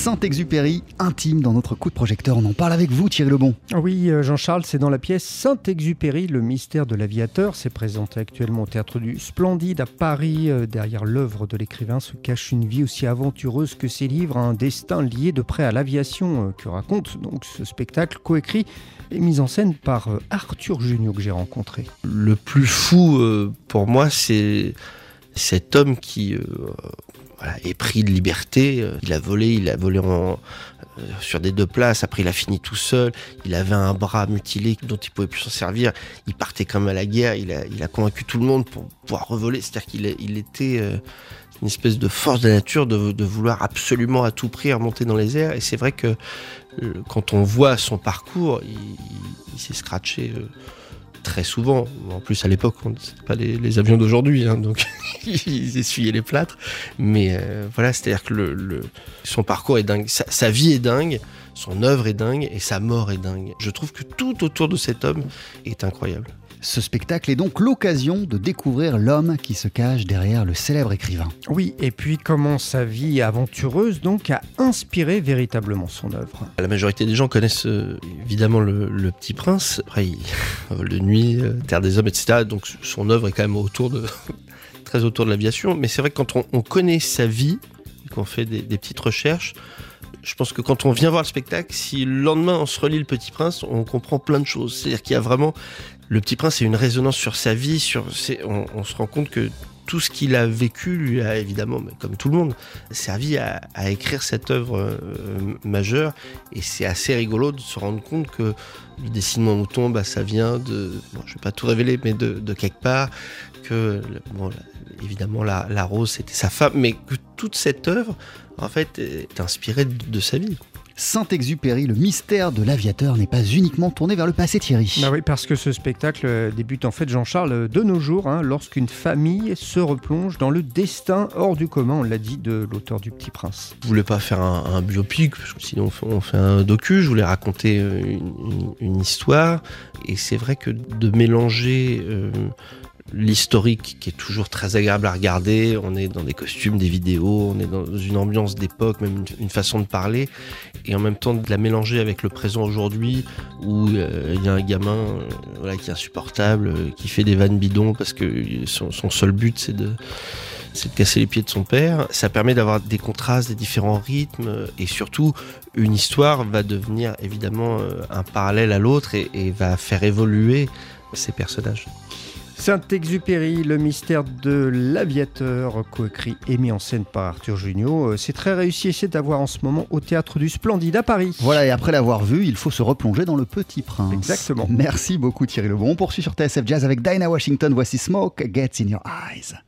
Saint-Exupéry, intime dans notre coup de projecteur. On en parle avec vous, Thierry Lebon. Oui, Jean-Charles, c'est dans la pièce Saint-Exupéry, le mystère de l'aviateur. C'est présenté actuellement au Théâtre du Splendide à Paris. Derrière l'œuvre de l'écrivain se cache une vie aussi aventureuse que ses livres, un destin lié de près à l'aviation que raconte donc ce spectacle coécrit et mis en scène par Arthur Junio que j'ai rencontré. Le plus fou pour moi, c'est cet homme qui est pris de liberté. Il a volé sur des 2 places. Après, il a fini tout seul. Il avait un bras mutilé dont il pouvait plus s'en servir. Il partait quand même à la guerre. Il a convaincu tout le monde pour pouvoir revoler. C'est-à-dire qu'il était une espèce de force de la nature de vouloir absolument à tout prix remonter dans les airs. Et c'est vrai que quand on voit son parcours, il s'est scratché très souvent. En plus, à l'époque, c'était pas les avions d'aujourd'hui, donc ils essuyaient les plâtres. Mais voilà, c'est-à-dire que son parcours est dingue, sa vie est dingue, son œuvre est dingue et sa mort est dingue. Je trouve que tout autour de cet homme est incroyable. Ce spectacle est donc l'occasion de découvrir l'homme qui se cache derrière le célèbre écrivain. Oui, et puis comment sa vie aventureuse donc a inspiré véritablement son œuvre. La majorité des gens connaissent évidemment le Petit Prince. Après, Vol de nuit, Terre des hommes, etc. Donc son œuvre est quand même très autour de l'aviation. Mais c'est vrai que quand on connaît sa vie, qu'on fait des petites recherches, je pense que quand on vient voir le spectacle, si le lendemain on se relit le Petit Prince, on comprend plein de choses. C'est-à-dire qu'il y a vraiment... Le Petit Prince, c'est une résonance sur sa vie, on se rend compte que tout ce qu'il a vécu, lui a évidemment, comme tout le monde, servi à écrire cette œuvre majeure. Et c'est assez rigolo de se rendre compte que le dessinement mouton, ça vient de... Bon, je ne vais pas tout révéler, mais de quelque part, que évidemment la rose, c'était sa femme, mais que toute cette œuvre, en fait, est inspirée de sa vie. Saint-Exupéry, le mystère de l'aviateur n'est pas uniquement tourné vers le passé, Thierry. Oui, parce que ce spectacle débute en fait, Jean-Charles, de nos jours, lorsqu'une famille se replonge dans le destin hors du commun, on l'a dit, de l'auteur du Petit Prince. Je voulais pas faire un biopic, parce que sinon on fait un docu. Je voulais raconter une histoire, et c'est vrai que de mélanger l'historique qui est toujours très agréable à regarder, on est dans des costumes, des vidéos, on est dans une ambiance d'époque, même une façon de parler, et en même temps de la mélanger avec le présent aujourd'hui où il y a un gamin qui est insupportable, qui fait des vannes bidons parce que son seul but c'est de casser les pieds de son père. Ça permet d'avoir des contrastes, des différents rythmes, et surtout une histoire va devenir évidemment un parallèle à l'autre et va faire évoluer ces personnages. Saint-Exupéry, le mystère de l'aviateur, coécrit et mis en scène par Arthur Junio. C'est très réussi et c'est à voir en ce moment au Théâtre du Splendide à Paris. Voilà, et après l'avoir vu, il faut se replonger dans le Petit Prince. Exactement. Merci beaucoup Thierry Lebon. On poursuit sur TSF Jazz avec Dinah Washington. Voici Smoke Gets in Your Eyes.